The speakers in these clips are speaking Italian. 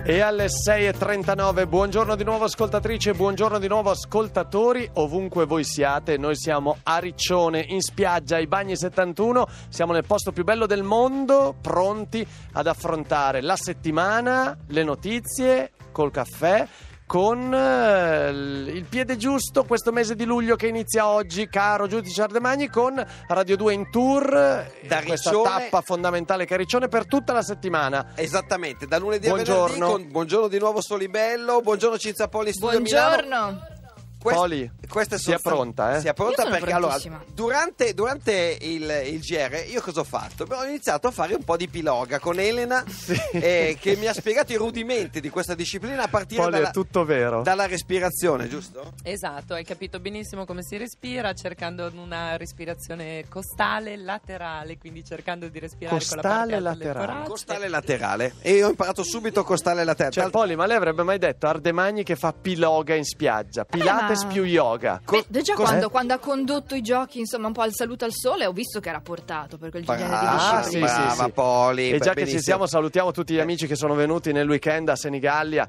E alle 6.39, buongiorno di nuovo ascoltatrici e buongiorno di nuovo ascoltatori, ovunque voi siate. Noi siamo a Riccione, in spiaggia, ai Bagni 71, siamo nel posto più bello del mondo, pronti ad affrontare la settimana, le notizie, col caffè, con il piede giusto questo mese di luglio che inizia oggi, caro Giudice Ardemagni, con Radio 2 in tour da questa Riccione, tappa fondamentale che è Riccione per tutta la settimana. Esattamente, da lunedì a venerdì. Buongiorno di nuovo Solibello, buongiorno Cinzia Poli, studio buongiorno Milano. Poli, sia pronta, sia pronta perché allora durante il GR io cosa ho fatto? Ho iniziato a fare un po' di piloga con Elena, che mi ha spiegato i rudimenti di questa disciplina a partire Poli, è tutto vero. Dalla respirazione, giusto? Esatto, hai capito benissimo come si respira, cercando una respirazione costale laterale, quindi cercando di respirare costale con la parte laterale. Costale laterale. E io ho imparato subito costale laterale. Cioè, Poli, ma lei avrebbe mai detto Ardemagni che fa piloga in spiaggia? Pilates più yoga. Già quando ha condotto i giochi, insomma, un po' al saluto al sole, ho visto che era portato per quel genere di disciplina. Brava Poli. E già che ci siamo, salutiamo tutti gli amici che sono venuti nel weekend a Senigallia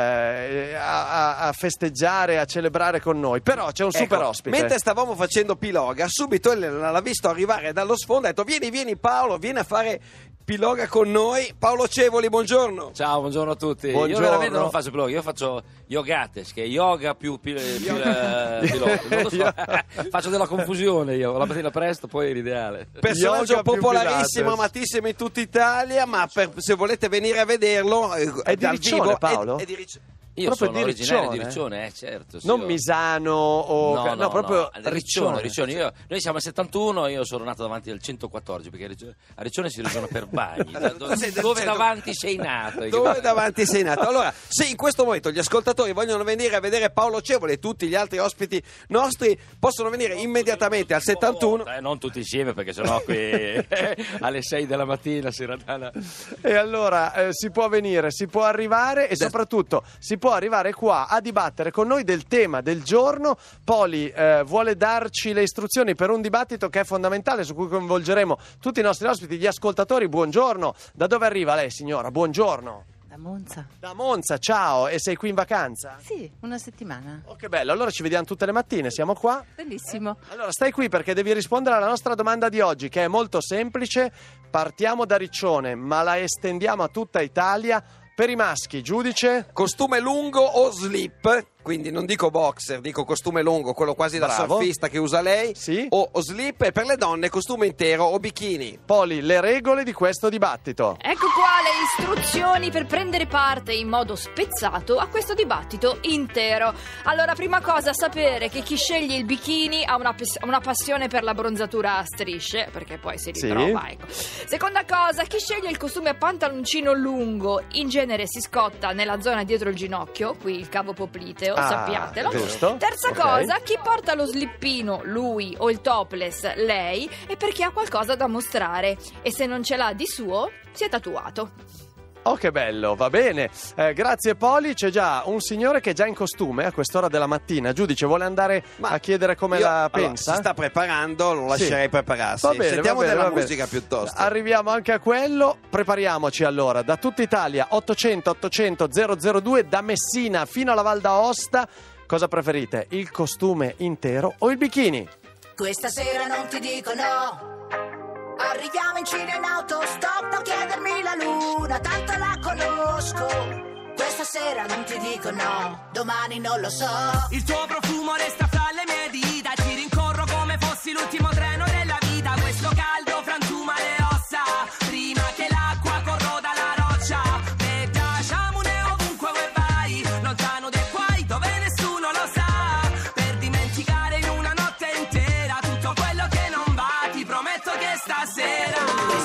a festeggiare, a celebrare con noi. Però c'è un super ospite. Mentre stavamo facendo piloga, subito Elena l'ha visto arrivare dallo sfondo e ha detto vieni Paolo, vieni a fare piloga con noi. Paolo Cevoli, buongiorno. Ciao, buongiorno a tutti. Buongiorno. Io veramente non faccio piloga, io faccio yogates, che è yoga più piloga. Non lo so. Faccio della confusione io, la mattina presto, poi è l'ideale. Personaggio popolarissimo, amatissimo in tutta Italia, ma se volete venire a vederlo è di Riccione, vivo, Paolo? è di Riccione. Io proprio sono originario di Riccione, certo. Sì, non Misano o... No, proprio Riccione. Noi siamo al 71, io sono nato davanti al 114, perché a Riccione si ragiona per bagni. Dove davanti sei nato? Dove davanti sei nato? Allora, se in questo momento gli ascoltatori vogliono venire a vedere Paolo Cevoli e tutti gli altri ospiti nostri, possono venire immediatamente al 71. Non tutti insieme, perché sennò qui alle 6 della mattina si radana. E allora si può venire, si può arrivare e soprattutto si può arrivare qua a dibattere con noi del tema del giorno. Poli vuole darci le istruzioni per un dibattito che è fondamentale, su cui coinvolgeremo tutti i nostri ospiti, gli ascoltatori. Buongiorno. Da dove arriva lei, signora? Buongiorno. Da Monza. Da Monza, ciao. E sei qui in vacanza? Sì, una settimana. Oh, che bello. Allora ci vediamo tutte le mattine, siamo qua? Bellissimo. Allora stai qui perché devi rispondere alla nostra domanda di oggi, che è molto semplice. Partiamo da Riccione, ma la estendiamo a tutta Italia. Per i maschi, giudice? Costume lungo o slip? Quindi non dico boxer, dico costume lungo, quello quasi da surfista che usa lei. Sì. O slip, e per le donne costume intero o bikini. Poli, le regole di questo dibattito. Ecco qua le istruzioni per prendere parte in modo spezzato a questo dibattito intero. Allora, prima cosa, sapere che chi sceglie il bikini ha una passione per la bronzatura a strisce, perché poi si ritrova, ecco. Seconda cosa, chi sceglie il costume a pantaloncino lungo in genere si scotta nella zona dietro il ginocchio, qui il cavo popliteo, sappiatelo. Giusto. Terza cosa, chi porta lo slippino, lui, o il topless, lei, è perché ha qualcosa da mostrare, e se non ce l'ha di suo, si è tatuato. Oh, che bello, va bene. Grazie Poli, c'è già un signore che è già in costume a quest'ora della mattina. Giudice, vuole andare a chiedere come la pensa? Si sta preparando, lo lascerei prepararsi. Va bene, sentiamo della musica bene. piuttosto. Arriviamo anche a quello. Prepariamoci allora. Da tutta Italia, 800 800 002, da Messina fino alla Val d'Aosta. Cosa preferite? Il costume intero o il bikini? Questa sera non ti dico no. Arriviamo in Cina in autostop, non chiedermi la luna, tanto la conosco. Questa sera non ti dico no, domani non lo so. Il tuo profumo resta fra le mie dita, ti rincorro come fossi l'ultimo treno della vita. Questo caldo frantuma le ossa, prima che l'acqua corroda la roccia. E giacciamone ovunque vuoi vai, lontano dai guai dove nessuno lo sa. Per dimenticare in una notte intera tutto quello che non va, ti prometto che stasera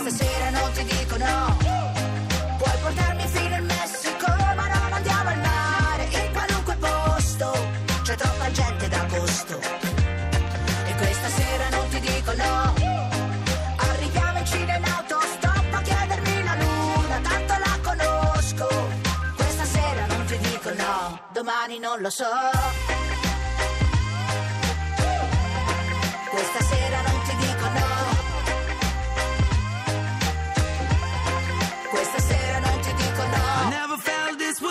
non ti dico no. Puoi portarmi fino in Messico, ma non andiamo al mare. In qualunque posto c'è troppa gente d'agosto. E questa sera non ti dico no. Arriviamo in Cina in autostop a chiedermi la luna, tanto la conosco. Questa sera non ti dico no, domani non lo so. Questa sera non ti dico no. Questa sera non ti dico no. I never felt this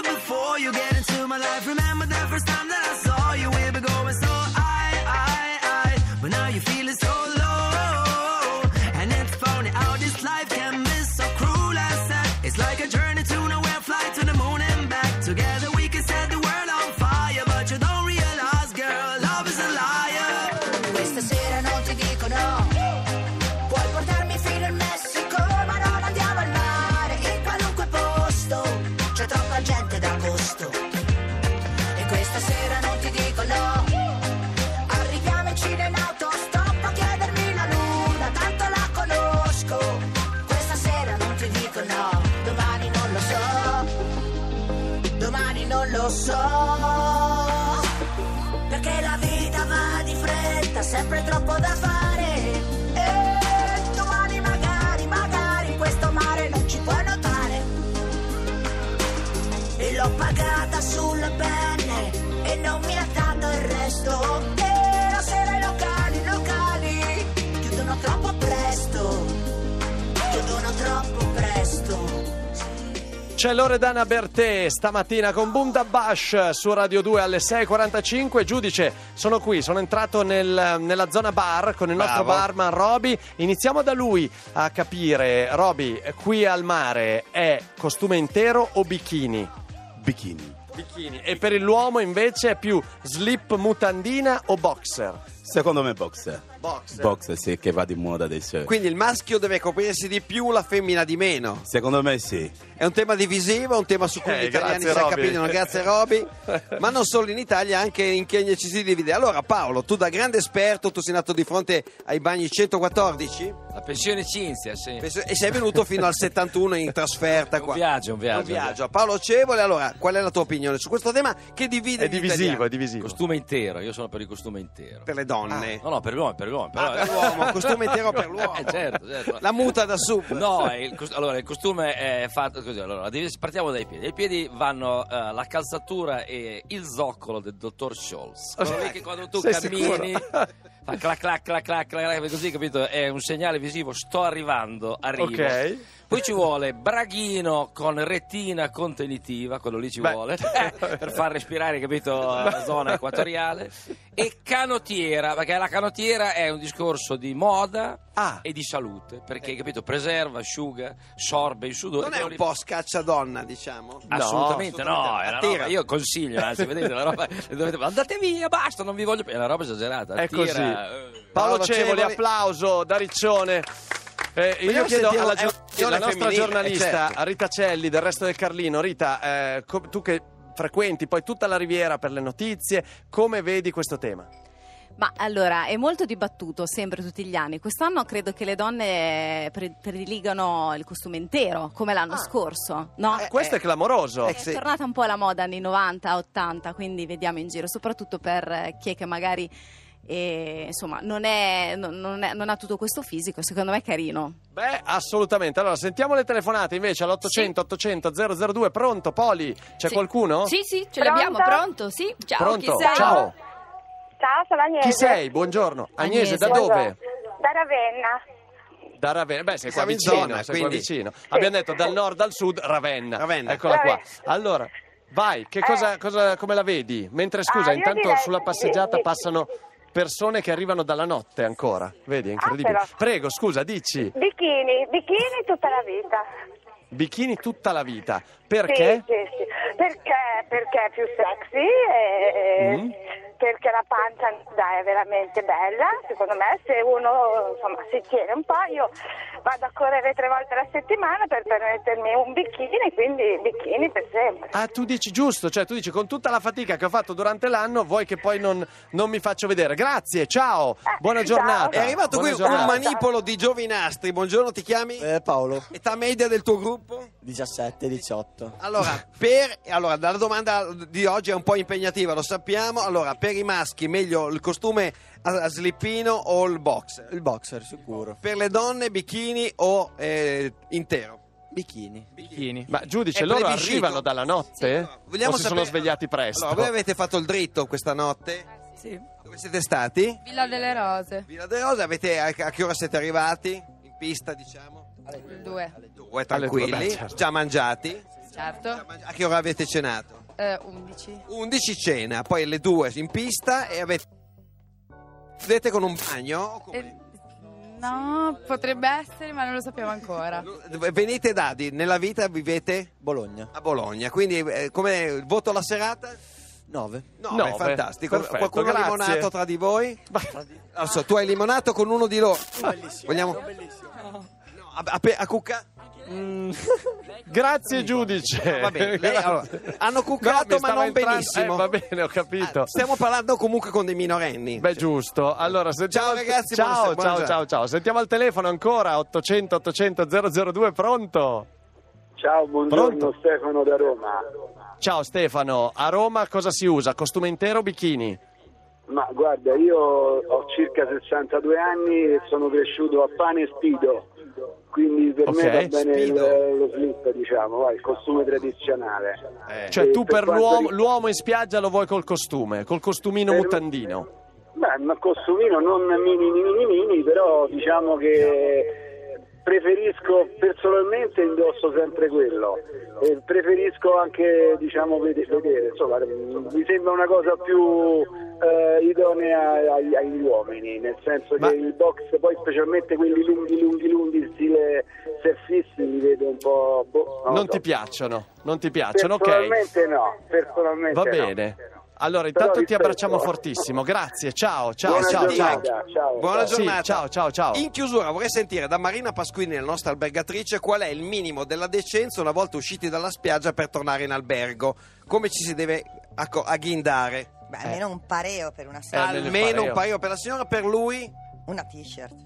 you get into my life. Remember the first time that I saw you, we were going so high, but now you're feeling so low. And it's funny how this life can be so cruel and sad. It's like a journey to nowhere, fly to the moon and back. Together we can set the world on fire, but you don't realize, girl, love is a liar. Questa sera non ti dico no, puoi portarmi fino in Messico, ma non andiamo al mare, in qualunque posto, c'è troppa gente d'agosto. E questa sera non ti dico no, arriviamoci in autostop a chiedermi la luna, tanto la conosco. Questa sera non ti dico no, domani non lo so, domani non lo so. Perché la vita va di fretta, sempre troppo da fare. E domani magari in questo mare non ci puoi notare. E l'ho pagata sulle penne e non mi ha dato il resto. E la sera i locali chiudono troppo presto. Chiudono troppo presto. C'è Loredana Bertè stamattina con Bundabash su Radio 2 alle 6.45. Giudice, sono qui, sono entrato nella zona bar con il nostro barman Roby. Iniziamo da lui a capire. Roby, qui al mare è costume intero o bikini? Bikini. Bikini. E per l'uomo invece è più slip, mutandina o boxer? Secondo me boxer. Boxer. Boxer, sì, che va di moda adesso. Quindi il maschio deve coprirsi di più, la femmina di meno. Secondo me sì. È un tema divisivo, un tema su cui gli italiani grazie, si Roby. accapigliano, grazie Roby. Ma non solo in Italia, anche in Kenya ci si divide. Allora Paolo, tu da grande esperto, tu sei nato di fronte ai bagni 114 La pensione Cinzia, sì. e sei venuto fino al 71 in trasferta qua. Un viaggio. Un viaggio. Paolo Cevole, allora, qual è la tua opinione su questo tema che divide È gli divisivo, italiani? è divisivo. Costume intero, io sono per il costume intero. Per le donne. No, per l'uomo, per l'uomo. Però... Per l'uomo, costume intero per l'uomo. Certo. La muta da sub. No, allora il costume è fatto così. Allora, partiamo dai piedi. Ai piedi vanno la calzatura e il zoccolo del dottor Scholz. Quello lì che quando tu Sei cammini sicuro? fa clac clac clac clac clac, così, capito? È un segnale visivo, sto arrivando, arrivo. Ok. Poi ci vuole braghino con retina contenitiva, quello lì ci vuole per far respirare, capito, la zona equatoriale. E canottiera, perché la canottiera è un discorso di moda e di salute, perché, capito, preserva, asciuga, sorbe il sudore. Non è un po' scacciadonna, diciamo? Assolutamente no, è una attira. roba, io consiglio, anzi, vedete la roba, andate via, basta, non vi voglio più, è una roba esagerata. È attira, così. Paolo Cevoli, applauso da Riccione. Io chiedo alla la nostra giornalista certo. Rita Celli del Resto del Carlino. Rita, tu che frequenti poi tutta la Riviera per le notizie, come vedi questo tema? Ma allora, è molto dibattuto sempre tutti gli anni. Quest'anno credo che le donne prediligano il costume intero, come l'anno scorso, no? Questo è clamoroso. È tornata un po' la moda anni 90, 80, quindi vediamo in giro, soprattutto per chi è che magari insomma non ha tutto questo fisico, secondo me è carino. Beh, assolutamente. Allora, sentiamo le telefonate invece all'800 800 002. Pronto, Poli? C'è qualcuno? Sì, ce l'abbiamo, pronto? Sì, ciao, Pronto? chi sei? Ciao. Ciao, sono Agnese. Chi sei? Buongiorno. Agnese, da Buongiorno. dove? Da Ravenna. Da Ravenna. Beh, sei qua Siamo in vicino, zona, sei qua quindi. vicino. Abbiamo detto dal nord al sud Ravenna. Ravenna. Eccola qua. Ravenna. Allora, vai, che cosa come la vedi? Mentre scusa, io intanto direi- sulla passeggiata sì. passano persone che arrivano dalla notte ancora. Vedi, è incredibile. però. Prego, scusa, dici. Bikini tutta la vita. Bikini tutta la vita. Perché? Sì. Perché è più sexy e perché la pancia è veramente bella. Secondo me, se uno si tiene un po', io vado a correre 3 volte alla settimana per permettermi un bikini, quindi bikini per sempre. Ah, tu dici giusto, cioè tu dici con tutta la fatica che ho fatto durante l'anno, vuoi che poi non mi faccio vedere. Grazie, ciao, buona ciao. giornata. È arrivato Buona qui un giornata. manipolo di giovinastri. Buongiorno, ti chiami? Paolo, Età media del tuo gruppo? 17-18. Allora, la domanda di oggi è un po' impegnativa, lo sappiamo. Allora, per i maschi meglio il costume a slippino o il boxer? Il boxer, sicuro. Per le donne bikini o intero? Bikini. Ma giudice, È loro plebiscito. arrivano dalla notte? Vogliamo o si sono sapere- svegliati presto? Allora, voi avete fatto il dritto questa notte? Sì. Dove siete stati? Villa delle Rose. Villa delle Rose, a che ora siete arrivati? In pista, diciamo? 2. Due, tranquilli, beh, certo. già mangiati? Certo. A che ora avete cenato? 11. 11 cena, poi le 2 in pista e vedete con un bagno? No, potrebbe essere, ma non lo sappiamo ancora. Venite nella vita vivete Bologna. a Bologna, quindi come il voto alla serata? 9. 9, fantastico. Perfetto, Qualcuno ha grazie. limonato tra di voi? Adesso, tu hai limonato con uno di loro. Bellissimo. Vogliamo? Bellissimo. A cucca? Grazie giudice. Va bene, allora, hanno No, cuccato mi ma stava non entrando- benissimo. va bene, ho capito. Stiamo parlando comunque con dei minorenni. Beh, giusto. Allora, sentiamo Ciao, ragazzi, ciao, buonasera. ciao. Sentiamo al telefono ancora 800 800 002, pronto? Ciao, buongiorno. Pronto? Stefano da Roma. Ciao Stefano, a Roma cosa si usa? Costume intero o bikini? Ma guarda, io ho circa 62 anni e sono cresciuto a pane e spido, quindi per me va bene lo slip, diciamo, il costume tradizionale. Cioè E tu per quanto l'uomo in spiaggia lo vuoi col costume, col costumino mutandino? Beh, ma costumino non mini, però diciamo che preferisco, personalmente indosso sempre quello e preferisco anche, diciamo, vedere, insomma, mi sembra una cosa più idonea agli uomini, nel senso che i box, poi specialmente quelli lunghi stile surfisti, li vedo un po'... Non ti piacciono, ok. Personalmente no. Va bene. Allora, intanto ti abbracciamo fortissimo. Grazie, ciao. Buona ciao. giornata. Buona Sì, giornata. ciao. In chiusura vorrei sentire da Marina Pasquini, la nostra albergatrice, qual è il minimo della decenza una volta usciti dalla spiaggia per tornare in albergo. Come ci si deve agghindare? Beh, almeno un pareo per una sera. Almeno un pareo per la signora, per lui? Una t-shirt.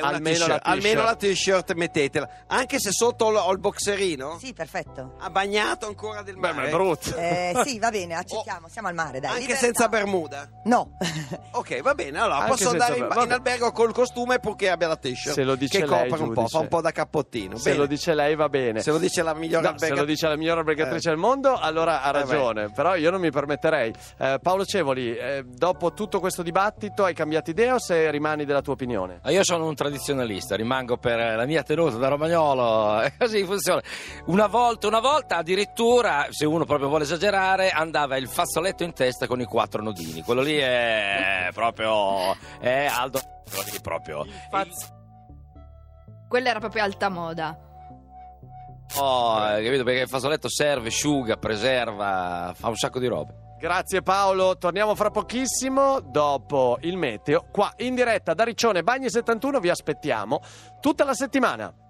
Almeno la t-shirt mettetela. Anche se sotto ho il boxerino? Sì, perfetto. Ha bagnato ancora del mare? Beh, ma è brutto. Sì, va bene, accettiamo, siamo al mare, dai. Anche libertà. senza bermuda? No. Ok, va bene, allora Anche posso andare senza in albergo col costume purché abbia la t-shirt. Se lo dice che lei, copre un po', giudice. fa un po' da cappottino. Se Bene. lo dice lei va bene. Se lo dice la migliore Se lo dice la migliore albergatrice del mondo, allora ha ragione. Però io non mi permetterei. Paolo Cevoli, dopo tutto questo dibattito hai cambiato idea o se rimani della tua opinione? Io sono un tradizionalista, rimango per la mia tenuta da romagnolo, e così funziona. Una volta addirittura, se uno proprio vuole esagerare, andava il fazzoletto in testa con i 4 nodini. Quello lì è proprio Aldo, quello lì proprio. Quella era proprio alta moda. Capito? Perché il fazzoletto serve, asciuga, preserva, fa un sacco di robe. Grazie Paolo, torniamo fra pochissimo dopo il meteo. Qua in diretta da Riccione Bagni 71 vi aspettiamo tutta la settimana.